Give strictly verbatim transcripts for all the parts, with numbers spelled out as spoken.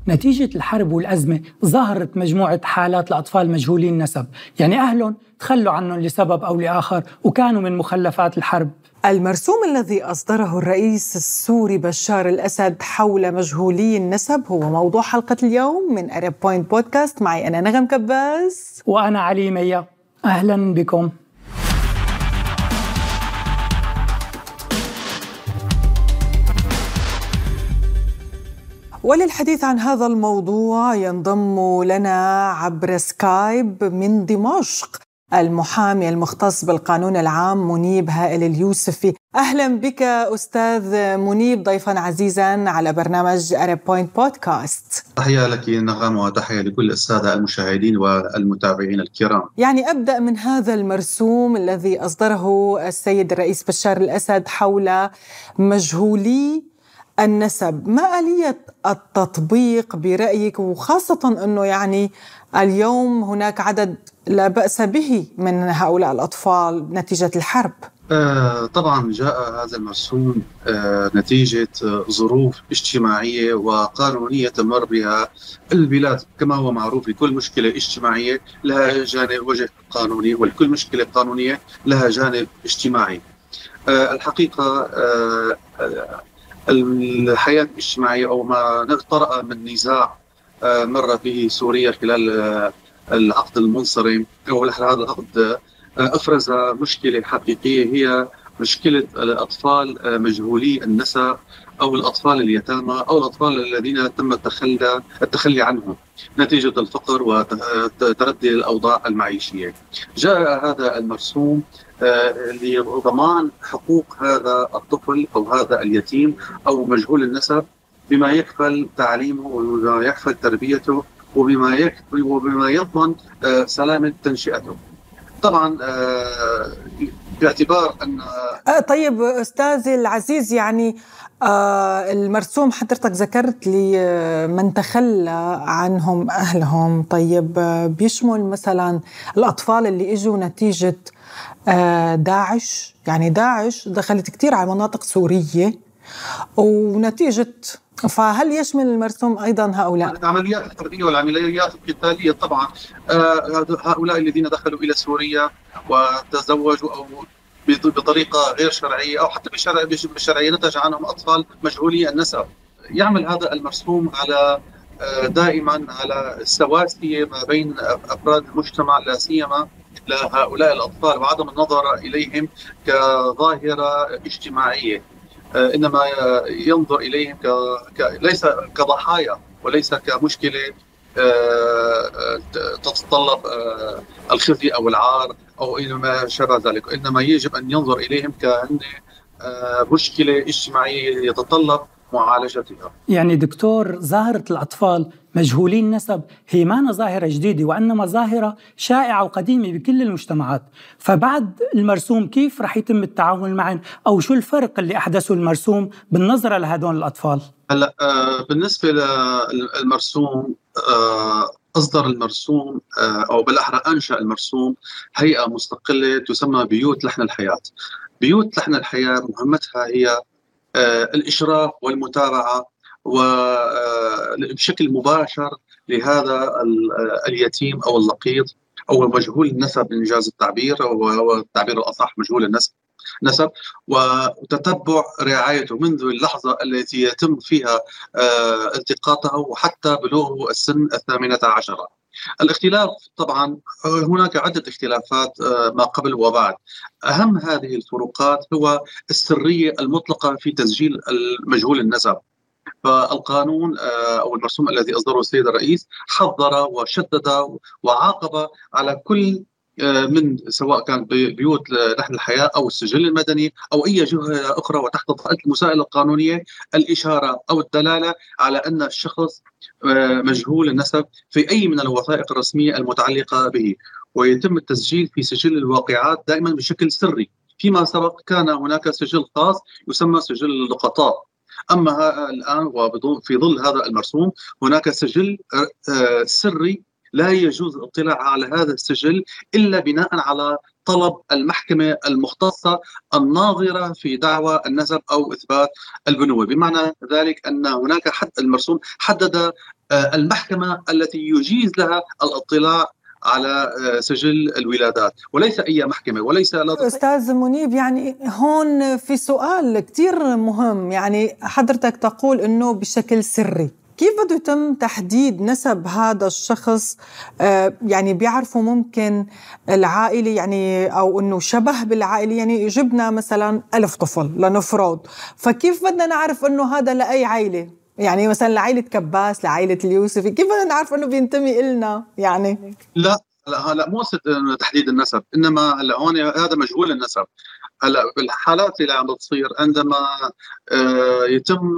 نتيجة الحرب والأزمة ظهرت مجموعة حالات لأطفال مجهولين النسب، يعني أهلهم تخلوا عنهم لسبب أو لآخر وكانوا من مخلفات الحرب. المرسوم الذي أصدره الرئيس السوري بشار الأسد حول مجهولي النسب هو موضوع حلقة اليوم من أرب بوينت بودكاست. معي أنا نغم كباس وأنا علي ميا، أهلا بكم. وللحديث عن هذا الموضوع ينضم لنا عبر سكايب من دمشق المحامي المختص بالقانون العام منيب هائل اليوسفي. أهلا بك أستاذ منيب ضيفا عزيزا على برنامج أرب بوينت بودكاست. تحية لك نغم وتحية لكل السادة المشاهدين والمتابعين الكرام. يعني أبدأ من هذا المرسوم الذي أصدره السيد الرئيس بشار الأسد حول مجهولي النسب، ما آلية التطبيق برأيك، وخاصة أنه يعني اليوم هناك عدد لا بأس به من هؤلاء الأطفال نتيجة الحرب؟ آه طبعا جاء هذا المرسوم آه نتيجة آه ظروف اجتماعية وقانونية تمر بها البلاد. كما هو معروف لكل مشكلة اجتماعية لها جانب وجه قانوني، ولكل مشكلة قانونية لها جانب اجتماعي. آه الحقيقة آه آه الحياة الاجتماعية أو ما طرأ من نزاع مر به سوريا خلال العقد المنصرم أو هذا العقد أفرز مشكلة حقيقية، هي مشكلة الأطفال مجهولي النسب أو الأطفال اليتامى أو الأطفال الذين تم التخلي التخلي عنهم نتيجة الفقر وتردي الأوضاع المعيشية. جاء هذا المرسوم لضمان حقوق هذا الطفل أو هذا اليتيم أو مجهول النسب بما يكفل تعليمه وبما يكفل تربيته وبما يكفل وبما يضمن سلامة تنشئته. طبعا باعتبار أن طيب أستاذي العزيز، يعني آه المرسوم حضرتك ذكرت لي من تخلى عنهم أهلهم، طيب آه بيشمل مثلا الأطفال اللي إجوا نتيجة آه داعش، يعني داعش دخلت كتير على مناطق سورية ونتيجة، فهل يشمل المرسوم أيضا هؤلاء؟ العمليات الحربية والعمليات القتالية طبعا آه هؤلاء الذين دخلوا إلى سوريا وتزوجوا أو بطريقة غير شرعية أو حتى بالشرعية نتج عنهم أطفال مجهولي النسب. يعمل هذا المرسوم على دائما على السواسية ما بين أفراد المجتمع، لا سيما لهؤلاء الأطفال، وعدم النظر إليهم كظاهرة اجتماعية، إنما ينظر إليهم ك... ك... ليس كضحايا وليس كمشكلة تتطلب الخزي أو العار أو ما شابه ذلك، إنما يجب أن ينظر إليهم كأن مشكلة اجتماعية يتطلب معالجتها. يعني دكتور، ظاهرة الأطفال مجهولي النسب هي ما ظاهرة جديدة، وإنما ظاهرة شائعة وقديمة بكل المجتمعات، فبعد المرسوم كيف رح يتم التعامل معهم، أو شو الفرق اللي أحدثه المرسوم بالنظرة لهدول الأطفال؟ هلا آه بالنسبة للمرسوم، آه أصدر المرسوم آه أو بالأحرى أنشأ المرسوم هيئة مستقلة تسمى بيوت لحن الحياة. بيوت لحن الحياة مهمتها هي آه الإشراف والمتابعة وبشكل مباشر لهذا اليتيم أو اللقيط أو مجهول النسب إنجاز التعبير، أو التعبير الأصح مجهول النسب نسب، وتتبع رعايته منذ اللحظة التي يتم فيها التقاطه وحتى بلوغه السن الثامنة عشرة. الاختلاف طبعا هناك عدة اختلافات ما قبل وبعد. أهم هذه الفروقات هو السرية المطلقة في تسجيل المجهول النسب. فالقانون أو المرسوم الذي أصدره السيد الرئيس حذر وشدد وعاقب على كل من سواء كان بيوت لحن الحياة أو السجل المدني أو أي جهة أخرى، وتحت المسائل القانونية الإشارة أو الدلالة على أن الشخص مجهول النسب في أي من الوثائق الرسمية المتعلقة به، ويتم التسجيل في سجل الواقعات دائما بشكل سري. فيما سبق كان هناك سجل خاص يسمى سجل اللقطات، أما الآن وفي ظل هذا المرسوم هناك سجل سري لا يجوز الاطلاع على هذا السجل إلا بناء على طلب المحكمة المختصة الناظرة في دعوى النسب أو إثبات البنوة. بمعنى ذلك أن هناك حد المرسوم حدد المحكمة التي يجيز لها الاطلاع على سجل الولادات، وليس أي محكمة، وليس أستاذ منيب، يعني هون في سؤال كتير مهم. يعني حضرتك تقول أنه بشكل سري، كيف بده يتم تحديد نسب هذا الشخص؟ آه يعني بيعرفوا ممكن العائلة، يعني أو أنه شبه بالعائلة، يعني جبنا مثلا ألف طفل لنفرض، فكيف بدنا نعرف أنه هذا لأي عائلة؟ يعني مثلا لعائلة كباس، لعائلة اليوسفي، كيف بدنا نعرف أنه بينتمي إلنا؟ يعني لا لا لا مو تحديد النسب، إنما هلا هون هذا مجهول النسب. هلا بالحالات اللي عم بتصير عندما آه يتم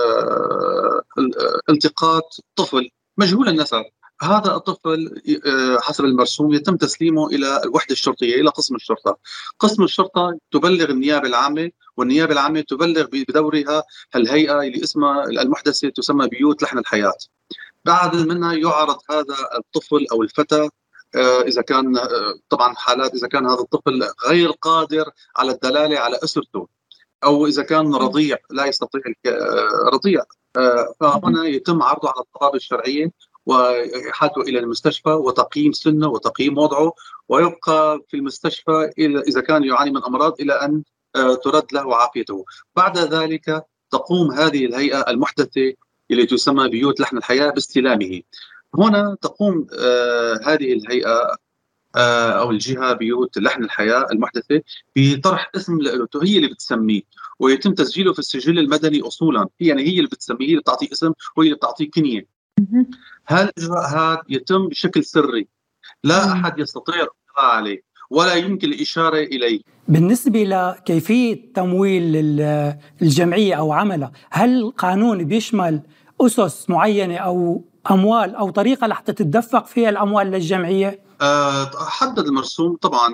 آه التقاط طفل مجهول النسب، هذا الطفل آه حسب المرسوم يتم تسليمه إلى الوحدة الشرطية، إلى قسم الشرطة. قسم الشرطة تبلغ النيابة العامة، والنيابة العامة تبلغ بدورها الهيئة اللي اسمها المحدثة تسمى بيوت لحن الحياة. بعد منها يعرض هذا الطفل أو الفتى، إذا كان طبعا حالات إذا كان هذا الطفل غير قادر على الدلالة على أسرته، أو إذا كان رضيع لا يستطيع رضيع، فهنا يتم عرضه على الطلاب الشرعية وإحالته إلى المستشفى وتقييم سنه وتقييم وضعه، ويبقى في المستشفى إذا كان يعاني من أمراض إلى أن ترد له عافيته. بعد ذلك تقوم هذه الهيئة المحدثة اللي تسمى بيوت لحن الحياة باستلامه. هنا تقوم آه هذه الهيئة آه أو الجهة بيوت لحن الحياة المحدثة بطرح اسم له، هي اللي بتسميه ويتم تسجيله في السجل المدني أصولا. يعني هي اللي بتسميه، هي اللي بتعطيه اسم وهي اللي بتعطيه كنية. هالإجراء هذا يتم بشكل سري، لا أحد يستطيع الاطلاع عليه ولا يمكن الإشارة إليه. بالنسبة لكيفية تمويل الجمعية أو عملها، هل القانون بيشمل أسس معينة أو أموال أو طريقة لحتى تتدفق فيها الأموال للجمعية؟ أه حدد المرسوم طبعا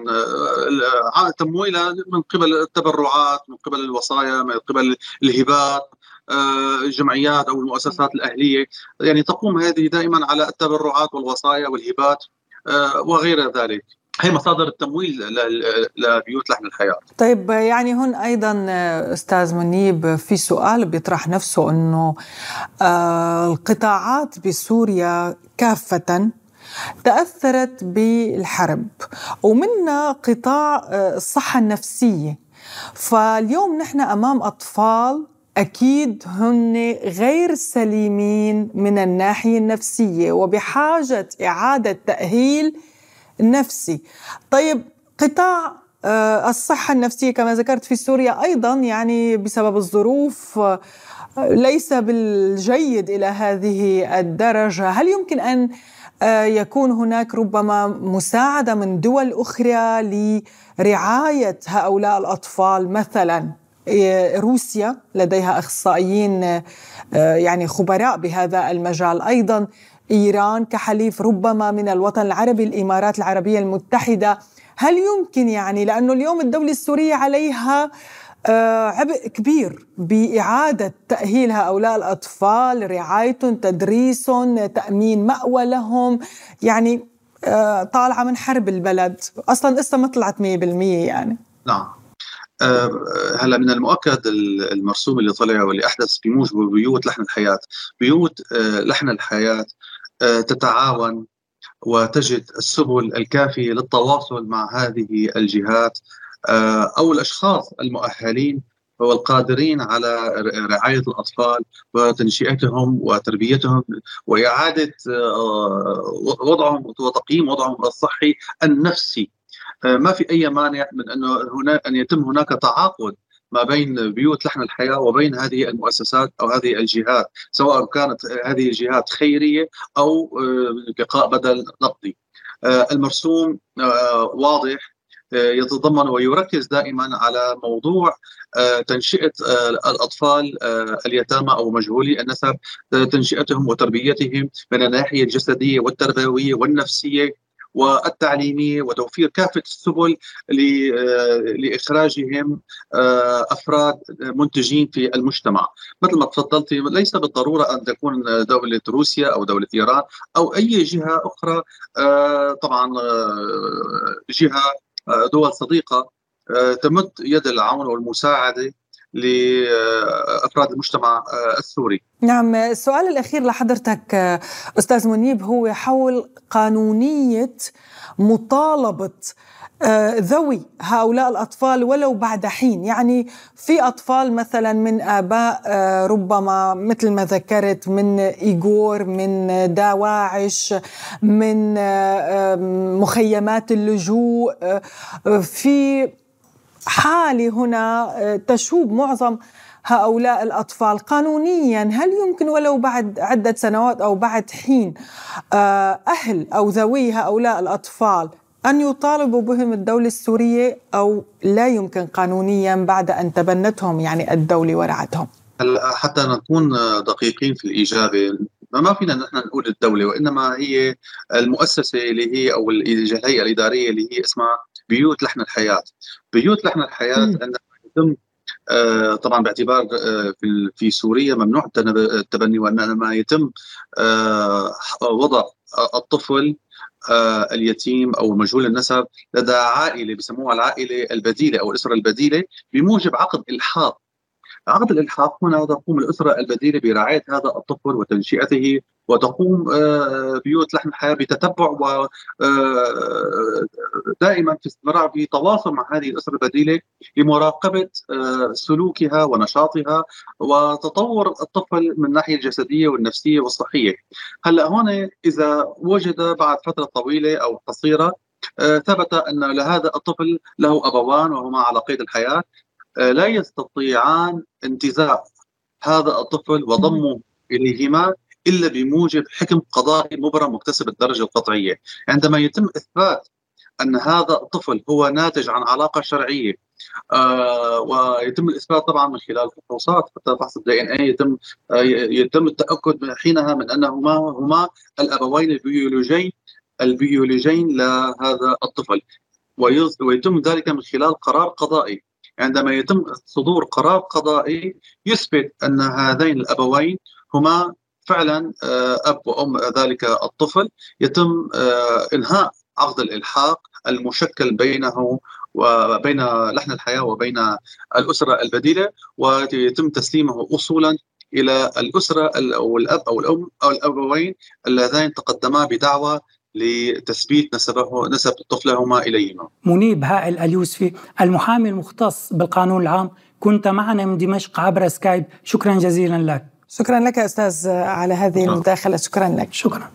أه تمويلها من قبل التبرعات، من قبل الوصايا، من قبل الهبات. أه الجمعيات أو المؤسسات الأهلية يعني تقوم هذه دائما على التبرعات والوصايا والهبات أه وغير ذلك. هي مصادر التمويل لبيوت لحن الحياة. طيب، يعني هون أيضا أستاذ منيب في سؤال بيطرح نفسه، أنه آه القطاعات بسوريا كافة تأثرت بالحرب، ومنها قطاع الصحة النفسية. فاليوم نحن أمام أطفال أكيد هن غير سليمين من الناحية النفسية وبحاجة إعادة تأهيل نفسي. طيب، قطاع الصحة النفسية كما ذكرت في سوريا أيضا يعني بسبب الظروف ليس بالجيد إلى هذه الدرجة. هل يمكن أن يكون هناك ربما مساعدة من دول أخرى لرعاية هؤلاء الأطفال؟ مثلا روسيا لديها أخصائيين يعني خبراء بهذا المجال، أيضا إيران كحليف ربما من الوطن العربي، الإمارات العربية المتحدة. هل يمكن يعني، لأنه اليوم الدولة السورية عليها عبء كبير بإعادة تأهيل هؤلاء الأطفال، رعايتهم، تدريسهم، تأمين مأوى لهم، يعني طالعة من حرب البلد أصلا لسه ما طلعت مية بالمية يعني. نعم. أه هلا من المؤكد المرسوم اللي طلع واللي أحدث بموجبه بيوت لحن الحياة، بيوت أه لحن الحياة أه تتعاون وتجد السبل الكافية للتواصل مع هذه الجهات أو الأشخاص المؤهلين والقادرين على رعاية الأطفال وتنشئتهم وتربيتهم وإعادة وضعهم وتقييم وضعهم الصحي النفسي. ما في أي مانع من أنه هنا أن يتم هناك تعاقد ما بين بيوت لحن الحياة وبين هذه المؤسسات أو هذه الجهات، سواء كانت هذه الجهات خيرية أو لقاء بدل نقدي. المرسوم واضح، يتضمن ويركز دائما على موضوع تنشئة الأطفال اليتامى أو مجهولي النسب، تنشئتهم وتربيتهم من الناحية الجسدية والتربوية والنفسية والتعليمية وتوفير كافة السبل لإخراجهم أفراد منتجين في المجتمع. مثل ما تفضلتي، ليس بالضرورة أن تكون دولة روسيا أو دولة إيران أو أي جهة أخرى، طبعا جهة دول صديقة تمد يد العون والمساعدة لأفراد المجتمع السوري. نعم، السؤال الأخير لحضرتك أستاذ منيب هو حول قانونية مطالبة ذوي هؤلاء الأطفال ولو بعد حين. يعني في أطفال مثلا من آباء ربما مثل ما ذكرت من إيغور، من دواعش، من مخيمات اللجوء، في حالة هنا تشوب معظم هؤلاء الأطفال قانونيا. هل يمكن ولو بعد عدة سنوات أو بعد حين أهل أو ذوي هؤلاء الأطفال أن يطالبوا بهم الدولة السورية، أو لا يمكن قانونيا بعد أن تبنتهم يعني الدولة ورعتهم؟ حتى نكون دقيقين في الإجابة، ما فينا نحن نقول الدولة، وإنما هي المؤسسة اللي هي أو الهيئة الإدارية اللي هي اسمها بيوت لحن الحياة. بيوت لحن الحياة عندما يتم آه طبعا باعتبار آه في في سوريا ممنوع التبني، وانما يتم آه وضع الطفل آه اليتيم او مجهول النسب لدى عائله بسموها العائله البديله او الاسره البديله بموجب عقد الحاق. عقد الإلحاق هنا تقوم الأسرة البديلة برعاية هذا الطفل وتنشئته، وتقوم بيوت لحن الحياة بتتبع ودائما في استمرار في تواصل مع هذه الأسرة البديلة لمراقبة سلوكها ونشاطها وتطور الطفل من الناحية الجسدية والنفسية والصحية. هلا هون إذا وجد بعد فترة طويلة أو قصيرة ثبت أن لهذا الطفل له أبوان وهما على قيد الحياة، لا يستطيعان انتزاع هذا الطفل وضمه إليهما إلا بموجب حكم قضائي مبرم مكتسب الدرجة القطعية. عندما يتم إثبات أن هذا الطفل هو ناتج عن علاقة شرعية، آه ويتم الإثبات طبعا من خلال فحوصات حتى فحص الدي إن إيه، يتم آه يتم التأكد حينها من أنهما هما الأبوين البيولوجيين البيولوجيين لهذا الطفل، ويتم ذلك من خلال قرار قضائي. عندما يتم صدور قرار قضائي يثبت أن هذين الأبوين هما فعلا أب وأم ذلك الطفل، يتم إنهاء عقد الإلحاق المشكل بينه وبين لحن الحياة وبين الأسرة البديلة، ويتم تسليمه أصولا إلى الأسرة أو الأب أو الأم أو الأبوين اللذين تقدما بدعوى لتثبيت نسبه نسب طفلهما إليهما. منيب هائل اليوسفي، المحامي المختص بالقانون العام، كنت معنا من دمشق عبر سكايب، شكرا جزيلا لك. شكرا لك أستاذ على هذه المداخلة. شكرا لك. شكرا.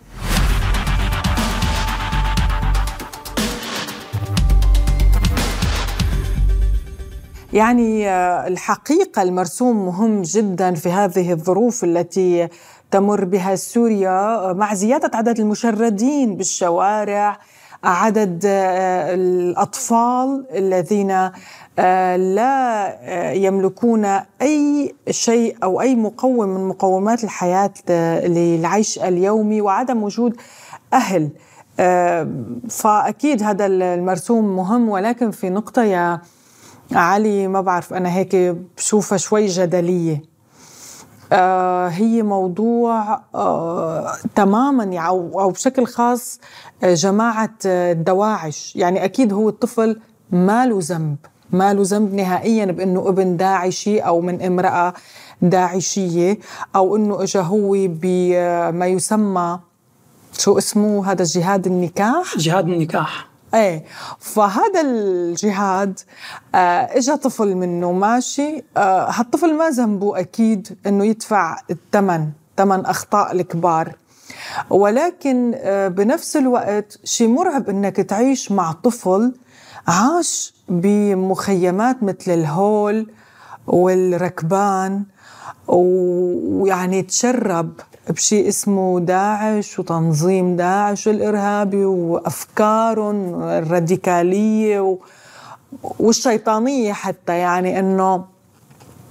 يعني الحقيقة المرسوم مهم جدا في هذه الظروف التي تمر بها سوريا، مع زيادة عدد المشردين بالشوارع، عدد الأطفال الذين لا يملكون أي شيء أو أي مقوم من مقومات الحياة للعيش اليومي، وعدم وجود أهل. فأكيد هذا المرسوم مهم، ولكن في نقطة يا علي ما بعرف أنا هيك بشوفها شوي جدلية. آه هي موضوع آه تماما أو, أو بشكل خاص آه جماعة الدواعش. يعني أكيد هو الطفل ما له ذنب، ما له ذنب نهائيا بأنه ابن داعشي أو من امرأة داعشية، أو أنه إجا هو بما يسمى شو اسمه هذا الجهاد النكاح جهاد النكاح. ايه، فهذا الجهاد آه اجا طفل منه ماشي. آه هالطفل ما ذنبه اكيد انه يدفع الثمن، ثمن اخطاء الكبار، ولكن آه بنفس الوقت شيء مرعب انك تعيش مع طفل عاش بمخيمات مثل الهول والركبان، ويعني تشرب بشيء اسمه داعش وتنظيم داعش الإرهابي وأفكارهم الراديكالية والشيطانية حتى. يعني أنه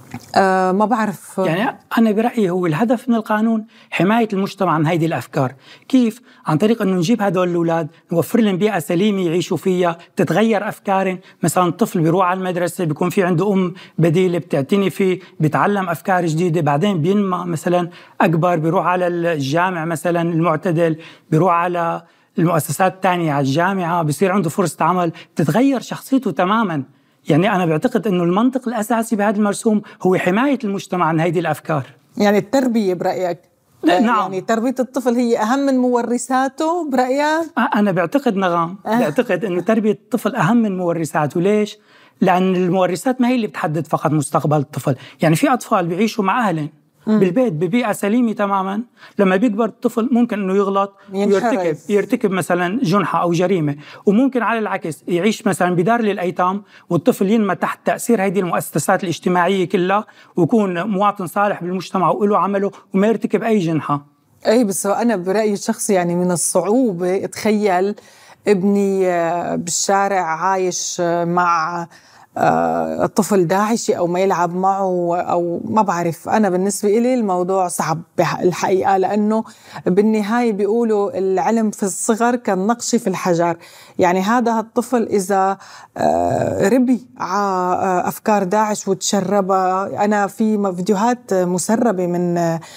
أه ما بعرف. يعني أنا برأيي هو الهدف من القانون حماية المجتمع عن هذه الأفكار. كيف؟ عن طريق أنه نجيب هدول الأولاد نوفر لهم بيئة سليمة يعيشوا فيها، تتغير أفكارهم. مثلا الطفل بيروح على المدرسة بيكون في عنده أم بديلة بتعتني فيه، بيتعلم أفكار جديدة، بعدين بينمى مثلا أكبر، بيروح على الجامع مثلا المعتدل، بيروح على المؤسسات الثانية على الجامعة، بيصير عنده فرصة عمل، تتغير شخصيته تماما. يعني أنا بعتقد أنه المنطق الأساسي بهذا المرسوم هو حماية المجتمع عن هذه الأفكار. يعني التربية برأيك؟ نعم. يعني تربية الطفل هي أهم من مورثاته برأيك؟ أنا بعتقد نغام أه. بعتقد أنه تربية الطفل أهم من مورثاته. ليش؟ لأن المورثات ما هي اللي بتحدد فقط مستقبل الطفل. يعني في أطفال بيعيشوا مع أهلهم بالبيت ببيئة سليمة تماما، لما بيكبر الطفل ممكن أنه يغلط ويرتكب يرتكب مثلا جنحة أو جريمة، وممكن على العكس يعيش مثلا بدار للأيتام والطفل ينمى تحت تأثير هذه المؤسسات الاجتماعية كلها ويكون مواطن صالح بالمجتمع وله عمله وما يرتكب أي جنحة. أي بس أنا برأيي الشخصي يعني من الصعوبة تخيل ابني بالشارع عايش مع الطفل داعشي أو ما يلعب معه أو ما بعرف. أنا بالنسبة إلي الموضوع صعب الحقيقة، لأنه بالنهاية بيقولوا العلم في الصغر كالنقش في الحجر. يعني هذا الطفل إذا ربي على أفكار داعش وتشربها، أنا في فيديوهات مسربة من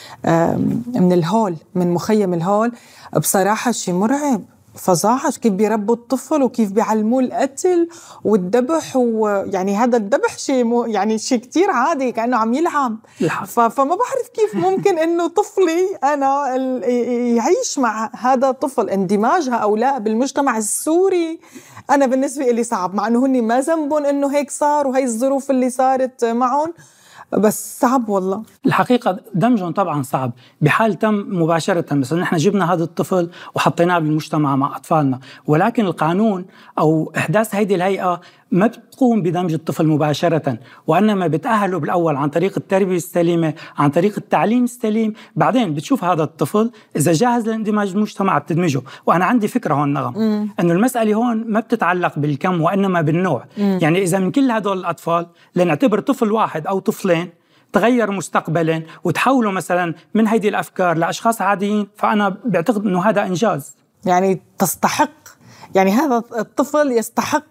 من الهول، من مخيم الهول، بصراحة شيء مرعب، فظاعة كيف بيربوا الطفل وكيف بيعلموه القتل والذبح. ويعني هذا الذبح شيء مو يعني شيء كتير عادي كأنه عم يلعب. فما بعرف كيف ممكن إنه طفلي أنا يعيش مع هذا الطفل، اندماجها أو لا بالمجتمع السوري. أنا بالنسبة لي صعب، مع إنه هني ما ذنبهم إنه هيك صار وهي الظروف اللي صارت معهم، بس صعب والله. الحقيقة دمجهم طبعا صعب بحال تم مباشرة. مثلا نحن جبنا هذا الطفل وحطيناه بالمجتمع مع أطفالنا، ولكن القانون أو إحداث هذه الهيئة ما بتقوم بدمج الطفل مباشرة، وإنما بتأهله بالأول عن طريق التربية السليمة، عن طريق التعليم السليم. بعدين بتشوف هذا الطفل إذا جاهز للاندماج بالمجتمع بتدمجه. وأنا عندي فكرة هون نغم، أنه المسألة هون ما بتتعلق بالكم وإنما بالنوع. مم. يعني إذا من كل هدول الأطفال لنعتبر طفل واحد أو طفلين تغير مستقبلا وتحولوا مثلا من هذه الأفكار لأشخاص عاديين، فأنا بعتقد أنه هذا إنجاز. يعني تستحق، يعني هذا الطفل يستحق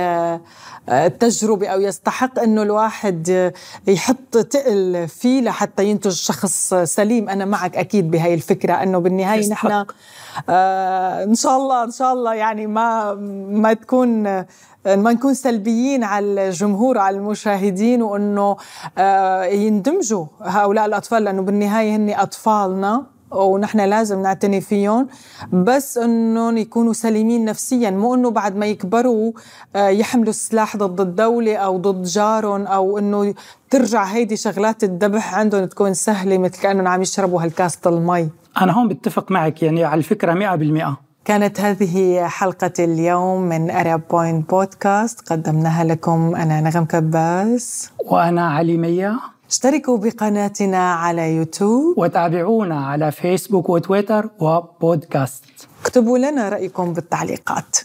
التجربة أو يستحق أنه الواحد يحط تقل فيه لحتى ينتج شخص سليم. أنا معك أكيد بهاي الفكرة، أنه بالنهاية نحن آه إن شاء الله إن شاء الله يعني ما ما تكون ما نكون سلبيين على الجمهور على المشاهدين، وأنه آه يندمجوا هؤلاء الأطفال، لأنه بالنهاية هن أطفالنا ونحن لازم نعتني فيهم، بس أنهم يكونوا سليمين نفسيا، مو أنه بعد ما يكبروا يحملوا السلاح ضد الدولة أو ضد جارهم، أو أنه ترجع هيدي شغلات الذبح عندهم تكون سهلة مثل كأنهم عم يشربوا هالكاسة المي. أنا هون بتفق معك يعني على الفكرة مئة بالمئة. كانت هذه حلقة اليوم من أرب بوينت بودكاست، قدمناها لكم أنا نغم كباس وأنا علي ميا. اشتركوا بقناتنا على يوتيوب وتابعونا على فيسبوك وتويتر وبودكاست. اكتبوا لنا رأيكم بالتعليقات.